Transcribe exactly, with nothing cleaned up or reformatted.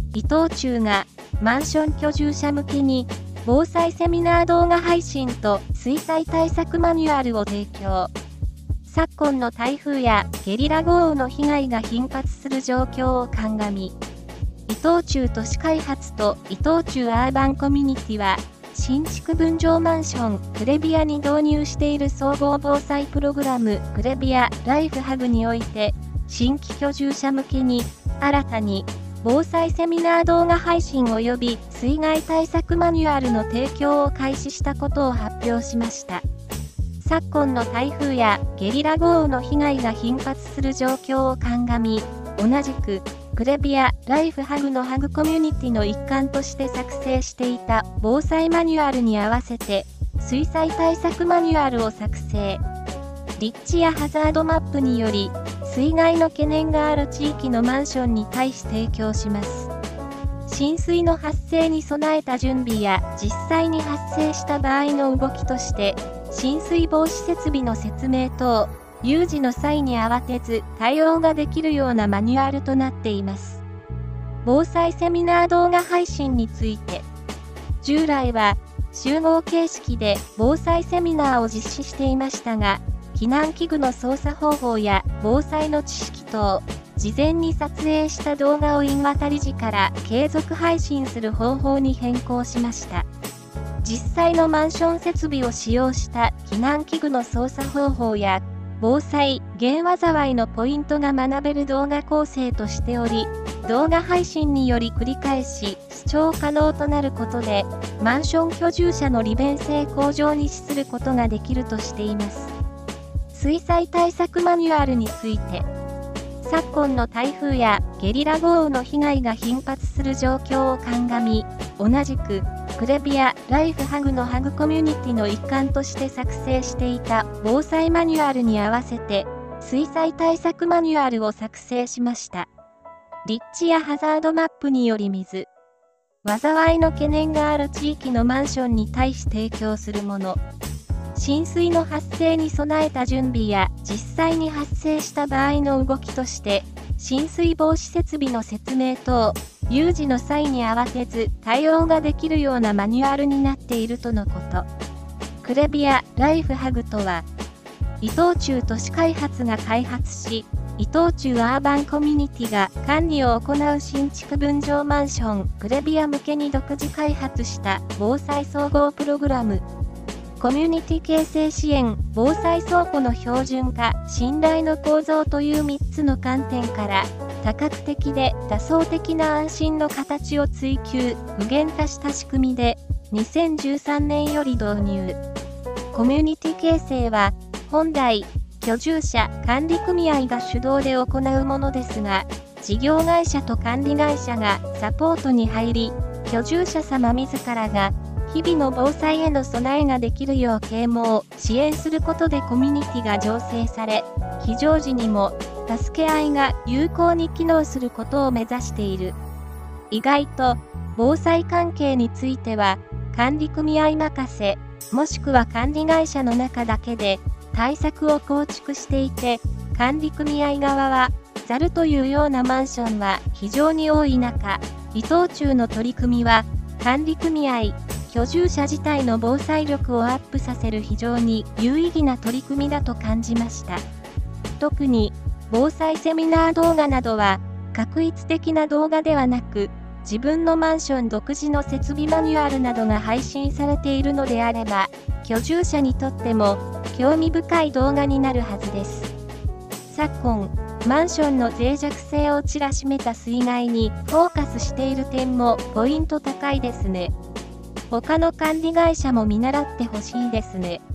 伊藤忠がマンション居住者向けに防災セミナー動画配信と水災対策マニュアルを提供。昨今の台風やゲリラ豪雨の被害が頻発する状況を鑑み、伊藤忠都市開発と伊藤忠アーバンコミュニティは、新築分譲マンションクレビアに導入している総合防災プログラムクレビアライフハブにおいて、新規居住者向けに新たに防災セミナー動画配信及び水害対策マニュアルの提供を開始したことを発表しました。昨今の台風やゲリラ豪雨の被害が頻発する状況を鑑み、同じくクレビアライフハグのハグコミュニティの一環として作成していた防災マニュアルに合わせて水災対策マニュアルを作成。立地やハザードマップにより水害の懸念がある地域のマンションに対し提供します。浸水の発生に備えた準備や実際に発生した場合の動きとして浸水防止設備の説明等、有事の際に慌てず対応ができるようなマニュアルとなっています。防災セミナー動画配信について、従来は集合形式で防災セミナーを実施していましたが、避難器具の操作方法や防災の知識等、事前に撮影した動画をイン渡り時から継続配信する方法に変更しました。実際のマンション設備を使用した避難器具の操作方法や防災・減災いのポイントが学べる動画構成としており、動画配信により繰り返し視聴可能となることで、マンション居住者の利便性向上に資することができるとしています。水災対策マニュアルについて、昨今の台風やゲリラ豪雨の被害が頻発する状況を鑑み、同じくクレビアライフハグのハグコミュニティの一環として作成していた防災マニュアルに合わせて水災対策マニュアルを作成しました。立地やハザードマップにより水、災いの懸念がある地域のマンションに対し提供するもの、浸水の発生に備えた準備や実際に発生した場合の動きとして浸水防止設備の説明等、有事の際に慌てず対応ができるようなマニュアルになっているとのこと。クレビアライフハグとは、伊藤忠都市開発が開発し、伊藤忠アーバンコミュニティが管理を行う新築分譲マンションクレビア向けに独自開発した防災総合プログラム。コミュニティ形成支援、防災倉庫の標準化、信頼の構造というみっつの観点から、多角的で多層的な安心の形を追求、具現化した仕組みで、にせんじゅうさんねんより導入。コミュニティ形成は、本来、居住者管理組合が主導で行うものですが、事業会社と管理会社がサポートに入り、居住者様自らが、日々の防災への備えができるよう啓蒙、支援することでコミュニティが醸成され、非常時にも助け合いが有効に機能することを目指している。意外と、防災関係については、管理組合任せ、もしくは管理会社の中だけで対策を構築していて、管理組合側は、ざるというようなマンションは非常に多い中、伊藤忠の取り組みは、管理組合、居住者自体の防災力をアップさせる非常に有意義な取り組みだと感じました。特に、防災セミナー動画などは、画一的な動画ではなく、自分のマンション独自の設備マニュアルなどが配信されているのであれば、居住者にとっても興味深い動画になるはずです。昨今、マンションの脆弱性をちらしめた水害にフォーカスしている点もポイント高いですね。他の管理会社も見習ってほしいですね。